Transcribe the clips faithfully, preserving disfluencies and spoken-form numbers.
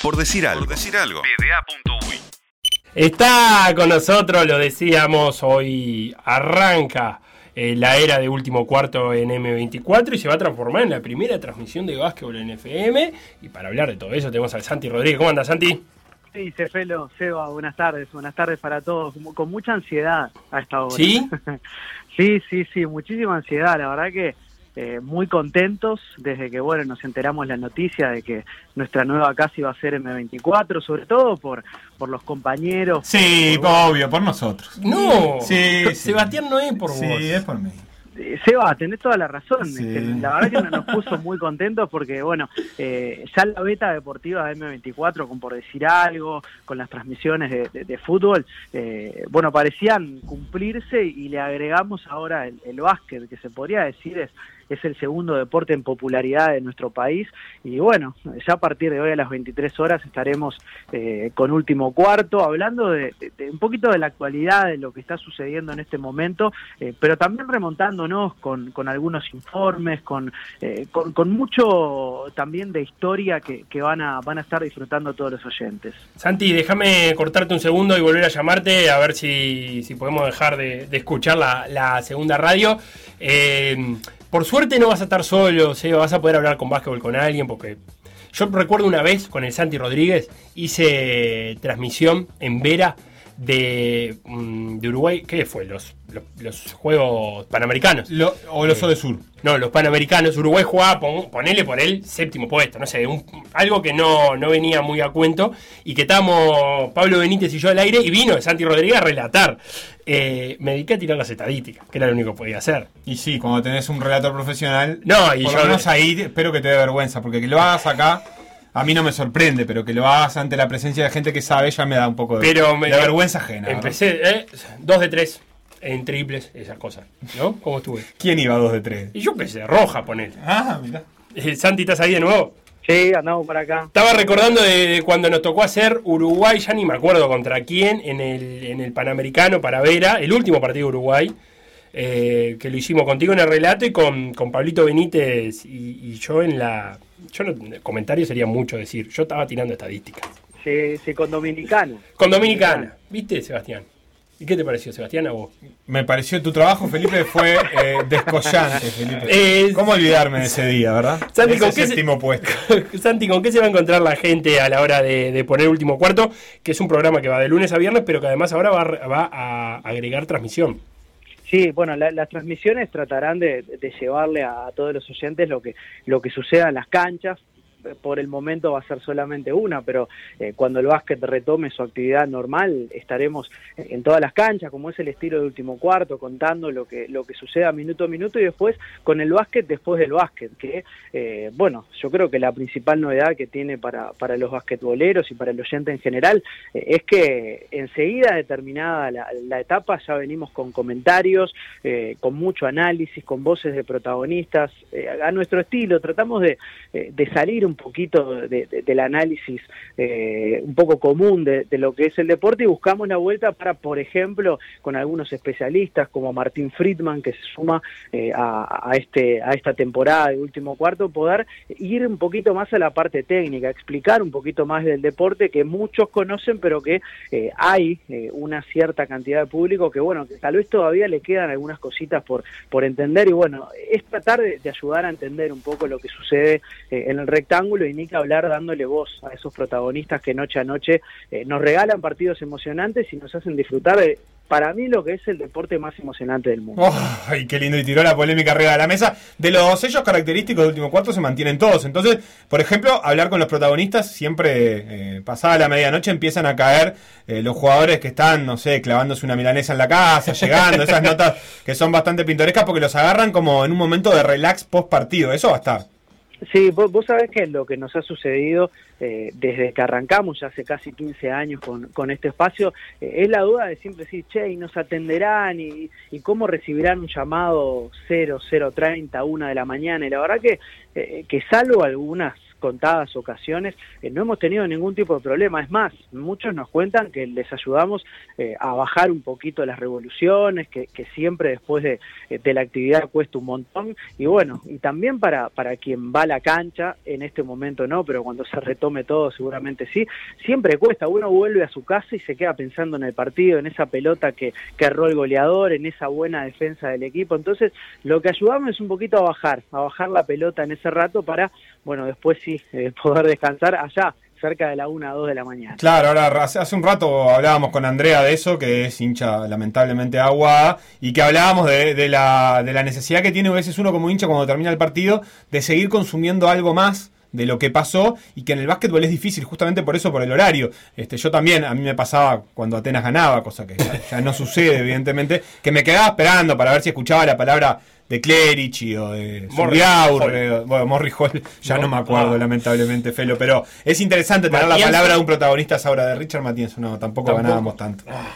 Por decir algo. Por decir algo. P D A punto U Y. Está con nosotros, lo decíamos, hoy arranca eh, la era de último cuarto en eme veinticuatro y se va a transformar en la primera transmisión de básquetbol en F M. Y para hablar de todo eso tenemos al Santi Rodríguez. ¿Cómo andas, Santi? Sí, Cefelo, Seba, buenas tardes, buenas tardes para todos, con mucha ansiedad a esta hora. ¿Sí? sí, sí, sí, muchísima ansiedad, la verdad que eh, muy contentos desde que, bueno, nos enteramos la noticia de que nuestra nueva casa iba a ser eme veinticuatro, sobre todo por, por los compañeros. Sí, por, obvio, por nosotros. No, sí, Sebastián sí. no es por sí, vos. Sí, es por mí. Seba, tenés toda la razón. Sí. Este, la verdad que nos puso muy contentos porque, bueno, eh, ya la beta deportiva de eme veinticuatro, con por decir algo, con las transmisiones de, de, de fútbol, eh, bueno, parecían cumplirse y le agregamos ahora el, el básquet, que se podría decir es es el segundo deporte en popularidad de nuestro país, y bueno, ya a partir de hoy a las veintitrés horas estaremos eh, con último cuarto, hablando de, de, de un poquito de la actualidad, de lo que está sucediendo en este momento, eh, pero también remontándonos con, con algunos informes, con, eh, con, con mucho también de historia que, que van, a, van a estar disfrutando todos los oyentes. Santi, déjame cortarte un segundo y volver a llamarte, a ver si, si podemos dejar de, de escuchar la, la segunda radio. Eh, Por suerte no vas a estar solo, Seba, vas a poder hablar con básquetbol con alguien, porque yo recuerdo una vez con el Santi Rodríguez, hice transmisión en Vera de, de Uruguay, ¿qué fue? Los, los, los Juegos Panamericanos. Lo, o los eh, de Sur. No, los Panamericanos. Uruguay jugaba, pon, ponele por el séptimo puesto, no sé, un, algo que no, no venía muy a cuento, y que estábamos Pablo Benítez y yo al aire, y vino el Santi Rodríguez a relatar. Eh, me dediqué a tirar las estadísticas, que era lo único que podía hacer. Y sí, cuando tenés un relator profesional, no, y por yo, lo menos ahí espero que te dé vergüenza, porque que lo hagas acá, a mí no me sorprende, pero que lo hagas ante la presencia de gente que sabe ya me da un poco de, pero me, de vergüenza ajena. Empecé, eh, dos de tres en triples, esas cosas, ¿no? ¿Cómo estuve? ¿Quién iba a dos de tres? Y yo qué sé, roja, ponele. Ah, mirá. Eh, Santi, ¿estás ahí de nuevo? Sí, andamos por acá. Estaba recordando de, de cuando nos tocó hacer Uruguay, ya ni me acuerdo contra quién, en el, en el Panamericano para Vera, el último partido de Uruguay, eh, que lo hicimos contigo en el relato y con, con Pablito Benítez y, y yo en la... Yo no, comentario sería mucho decir, yo estaba tirando estadísticas. Sí, sí, con Dominicana. Con Dominicana, ¿viste, Sebastián? ¿Y qué te pareció, Sebastián, a vos? Me pareció tu trabajo, Felipe, fue eh, descollante, Felipe. Eh, ¿Cómo olvidarme de ese día, verdad? Santi, ese ¿con qué séptimo se... puesto. Santi, ¿con qué se va a encontrar la gente a la hora de, de poner último cuarto? Que es un programa que va de lunes a viernes, pero que además ahora va, va a agregar transmisión. Sí, bueno, la, las transmisiones tratarán de, de llevarle a, a todos los oyentes lo que, lo que suceda en las canchas. Por el momento va a ser solamente una, pero eh, cuando el básquet retome su actividad normal, estaremos en todas las canchas, como es el estilo de último cuarto, contando lo que lo que suceda minuto a minuto, y después con el básquet después del básquet, que, eh, bueno, yo creo que la principal novedad que tiene para, para los basquetboleros y para el oyente en general, eh, es que enseguida determinada la, la etapa ya venimos con comentarios, eh, con mucho análisis, con voces de protagonistas, eh, a nuestro estilo, tratamos de, eh, de salir un un poquito de, de, del análisis eh, un poco común de, de lo que es el deporte, y buscamos la vuelta para, por ejemplo, con algunos especialistas como Martín Friedman, que se suma eh, a, a, este, a esta temporada de último cuarto, poder ir un poquito más a la parte técnica, explicar un poquito más del deporte que muchos conocen, pero que eh, hay eh, una cierta cantidad de público que, bueno, que tal vez todavía le quedan algunas cositas por, por entender, y bueno, es tratar de, de ayudar a entender un poco lo que sucede eh, en el rectángulo, y ni que hablar dándole voz a esos protagonistas que noche a noche eh, nos regalan partidos emocionantes y nos hacen disfrutar de, para mí, lo que es el deporte más emocionante del mundo. Oh, ¡ay, qué lindo! Y tiró la polémica arriba de la mesa. De los sellos característicos del último cuarto se mantienen todos. Entonces, por ejemplo, hablar con los protagonistas, siempre eh, pasada la medianoche empiezan a caer eh, los jugadores que están, no sé, clavándose una milanesa en la casa, llegando, esas notas que son bastante pintorescas porque los agarran como en un momento de relax post partido. Eso va a estar. Sí, vos, vos sabés que lo que nos ha sucedido eh, desde que arrancamos ya hace casi quince años con, con este espacio, eh, es la duda de siempre decir, che, ¿y nos atenderán? ¿Y, y cómo recibirán un llamado cero, cero treinta, una de la mañana? Y la verdad que, eh, que salvo algunas contadas ocasiones eh, no hemos tenido ningún tipo de problema. Es más, muchos nos cuentan que les ayudamos eh, a bajar un poquito las revoluciones, que, que siempre después de, de la actividad cuesta un montón, y bueno, y también para, para quien va a la cancha, en este momento no, pero cuando se retome todo seguramente sí, siempre cuesta, uno vuelve a su casa y se queda pensando en el partido, en esa pelota que, que erró el goleador, en esa buena defensa del equipo. Entonces lo que ayudamos es un poquito a bajar, a bajar la pelota en ese rato para, bueno, después sí, eh, poder descansar allá, cerca de la una a dos de la mañana. Claro, ahora hace, hace un rato hablábamos con Andrea de eso, que es hincha lamentablemente Aguada, y que hablábamos de, de, la, de la necesidad que tiene a veces uno como hincha cuando termina el partido de seguir consumiendo algo más de lo que pasó, y que en el básquetbol es difícil justamente por eso, por el horario. Este, yo también, a mí me pasaba cuando Atenas ganaba, cosa que ya, ya no sucede evidentemente, que me quedaba esperando para ver si escuchaba la palabra de Clerici o de Zurriaur, bueno, Morris Hall, ya no, no me acuerdo, ah. lamentablemente, Felo, pero es interesante tener Matías, la palabra de un protagonista ahora de Richard Matías, no, tampoco, tampoco ganábamos tanto. Ah.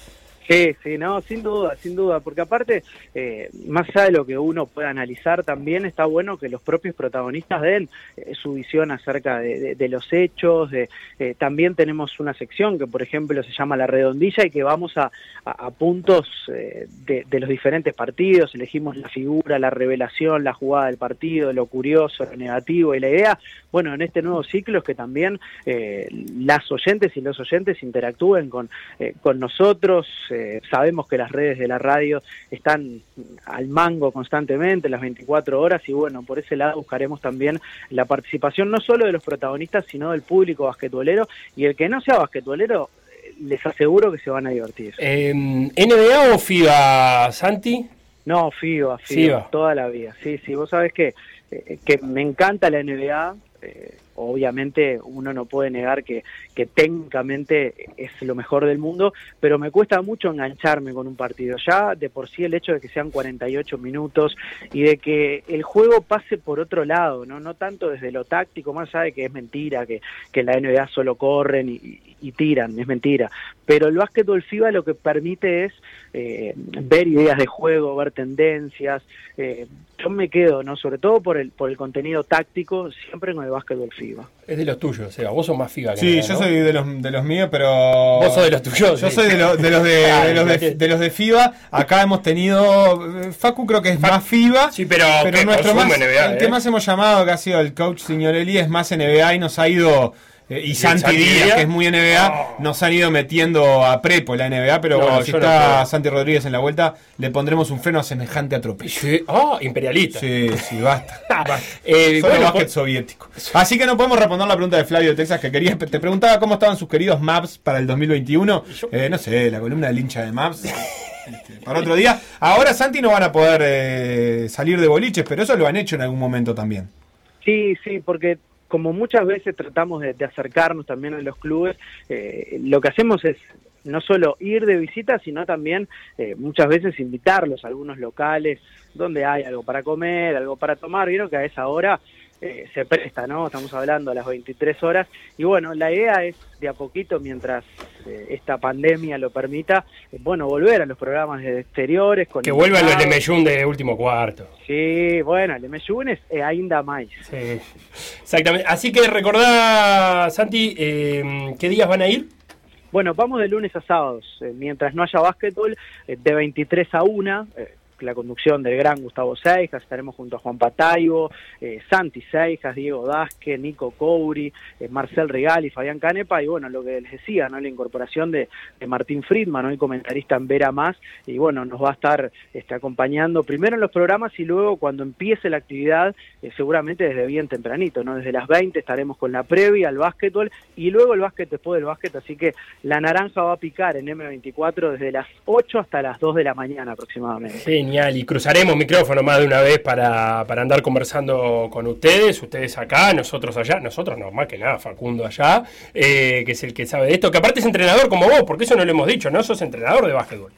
Sí, sí, no, sin duda, sin duda, porque aparte, eh, más allá de lo que uno pueda analizar, también está bueno que los propios protagonistas den eh, su visión acerca de, de, de los hechos. De, eh, también tenemos una sección que, por ejemplo, se llama La Redondilla, y que vamos a, a, a puntos eh, de, de los diferentes partidos, elegimos la figura, la revelación, la jugada del partido, lo curioso, lo negativo, y la idea, bueno, en este nuevo ciclo es que también eh, las oyentes y los oyentes interactúen con, eh, con nosotros. Eh, sabemos que las redes de la radio están al mango constantemente, las veinticuatro horas, y bueno, por ese lado buscaremos también la participación no solo de los protagonistas, sino del público basquetbolero, y el que no sea basquetbolero, les aseguro que se van a divertir. Eh, ¿N B A o FIBA, Santi? No, FIBA, FIBA, FIBA, toda la vida. Sí, sí, vos sabés que, eh, que me encanta la N B A. Eh, obviamente uno no puede negar que, que técnicamente es lo mejor del mundo, pero me cuesta mucho engancharme con un partido. Ya de por sí el hecho de que sean cuarenta y ocho minutos y de que el juego pase por otro lado, no no tanto desde lo táctico, más allá de que es mentira, que, que en la N B A solo corren y, y, y tiran, es mentira, pero el básquetbol FIBA lo que permite es eh, ver ideas de juego, ver tendencias. eh, yo me quedo, no sobre todo por el por el contenido táctico, siempre con el básquetbol FIBA. Es de los tuyos, o sea, vos sos más FIBA que Sí, nada, yo ¿no? soy de los de los míos, pero vos sos de los tuyos. Yo sí. soy de, lo, de los de, de los de, de los de FIBA. Acá hemos tenido Facu, creo que es más FIBA. Sí, pero, pero que nuestro más, N B A, el ¿eh? que más hemos llamado, que ha sido el coach Signorelli, es más N B A, y nos ha ido eh, y Santi, Santi Díaz, Díaz, que es muy N B A, oh. nos han ido metiendo a prepo la N B A, pero no, bueno, si está no Santi Rodríguez en la vuelta, le pondremos un freno a semejante atropello. Sí. Oh, imperialista. Sí, sí, basta. basta. eh, Solo bueno, básquet por... soviético. Así que no podemos responder la pregunta de Flavio de Texas, que quería, te preguntaba cómo estaban sus queridos Maps para el dos mil veintiuno. Eh, no sé, la columna del hincha de Maps. Este, para otro día. Ahora Santi no van a poder eh, salir de boliches, pero eso lo han hecho en algún momento también. Sí, sí, porque como muchas veces tratamos de, de acercarnos también a los clubes, eh, lo que hacemos es no solo ir de visita, sino también eh, muchas veces invitarlos a algunos locales donde hay algo para comer, algo para tomar. Vieron que a esa hora eh, se presta, ¿no? Estamos hablando a las veintitrés horas. Y bueno, la idea es de a poquito, mientras eh, esta pandemia lo permita, eh, bueno, volver a los programas de exteriores. Con que vuelvan los Lemeyún de último cuarto. Sí, bueno, Lemeyún es eh, ainda más. Sí, exactamente. Así que recordá, Santi, eh, ¿qué días van a ir? Bueno, vamos de lunes a sábados, eh, mientras no haya básquetbol, eh, de veintitrés a una, eh, la conducción del gran Gustavo Seijas, estaremos junto a Juan Pataibo, eh, Santi Seijas, Diego Dasque, Nico Couri, eh, Marcel Regal y Fabián Canepa, y bueno, lo que les decía, ¿no? La incorporación de, de Martín Friedman, ¿no? El comentarista en Vera Más, y bueno, nos va a estar este, acompañando primero en los programas y luego cuando empiece la actividad, eh, seguramente desde bien tempranito, ¿no? Desde las veinte estaremos con la previa al básquetbol y luego el básquet después del básquet, así que la naranja va a picar en eme veinticuatro desde las ocho hasta las dos de la mañana aproximadamente. Sí. Y cruzaremos micrófono más de una vez para, para andar conversando con ustedes, ustedes acá, nosotros allá, nosotros no, más que nada Facundo allá, eh, que es el que sabe de esto, que aparte es entrenador como vos, porque eso no lo hemos dicho, ¿no? Sos entrenador de básquetbol.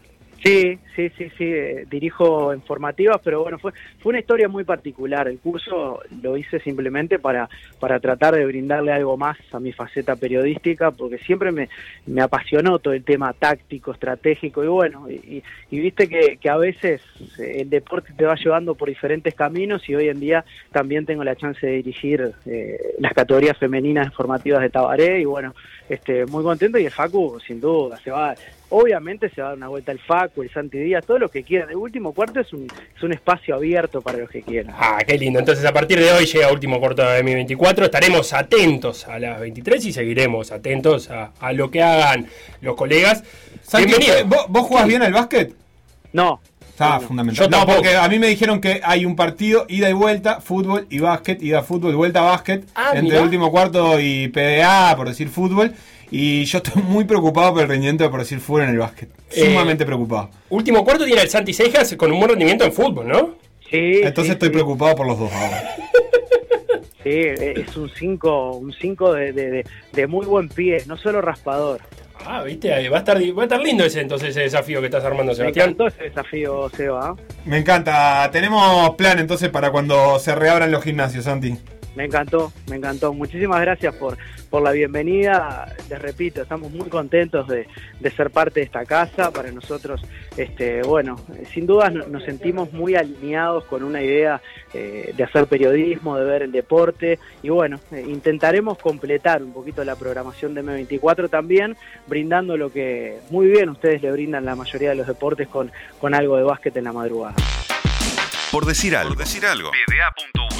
Sí, sí, sí, sí, eh, dirijo en formativas, pero bueno, fue fue una historia muy particular. El curso lo hice simplemente para para tratar de brindarle algo más a mi faceta periodística, porque siempre me, me apasionó todo el tema táctico, estratégico, y bueno, y, y viste que, que a veces el deporte te va llevando por diferentes caminos, y hoy en día también tengo la chance de dirigir eh, las categorías femeninas formativas de Tabaré, y bueno, este muy contento, y el Facu, sin duda, se va... Obviamente se va a dar una vuelta el Facu, el Santi Díaz, todo lo que quieran. El último cuarto es un, es un espacio abierto para los que quieran. Ah, qué lindo. Entonces, a partir de hoy llega último cuarto de M veinticuatro. Estaremos atentos a las veintitrés y seguiremos atentos a, a lo que hagan los colegas. Santi, Bienvenido. ¿vos, vos jugás bien al básquet? No. Está no, no. fundamental. Yo No, tampoco. porque a mí me dijeron que hay un partido, ida y vuelta, fútbol y básquet, ida fútbol, vuelta básquet, Ah, entre mirá. el último cuarto y P D A, por decir fútbol. Y yo estoy muy preocupado por el rendimiento de por decir fútbol en el básquet. Eh, Sumamente preocupado. Último cuarto tiene el Santi Cejas con un buen rendimiento en fútbol, ¿no? Sí, Entonces sí, estoy sí. preocupado por los dos ahora. Sí, es un cinco un cinco de, de, de, de muy buen pie, no solo raspador. Ah, viste, va a estar, va a estar lindo ese entonces ese desafío que estás armando, Me Sebastián. encantó ese desafío, Seba. ¿eh? Me encanta. Tenemos plan entonces para cuando se reabran los gimnasios, Santi. Me encantó, me encantó. Muchísimas gracias por, por la bienvenida. Les repito, estamos muy contentos de, de ser parte de esta casa. Para nosotros, este, bueno, sin duda nos sentimos muy alineados con una idea eh, de hacer periodismo, de ver el deporte. Y bueno, eh, intentaremos completar un poquito la programación de M veinticuatro también, brindando lo que muy bien ustedes le brindan la mayoría de los deportes con, con algo de básquet en la madrugada. Por decir algo. Por decir algo. P D A punto U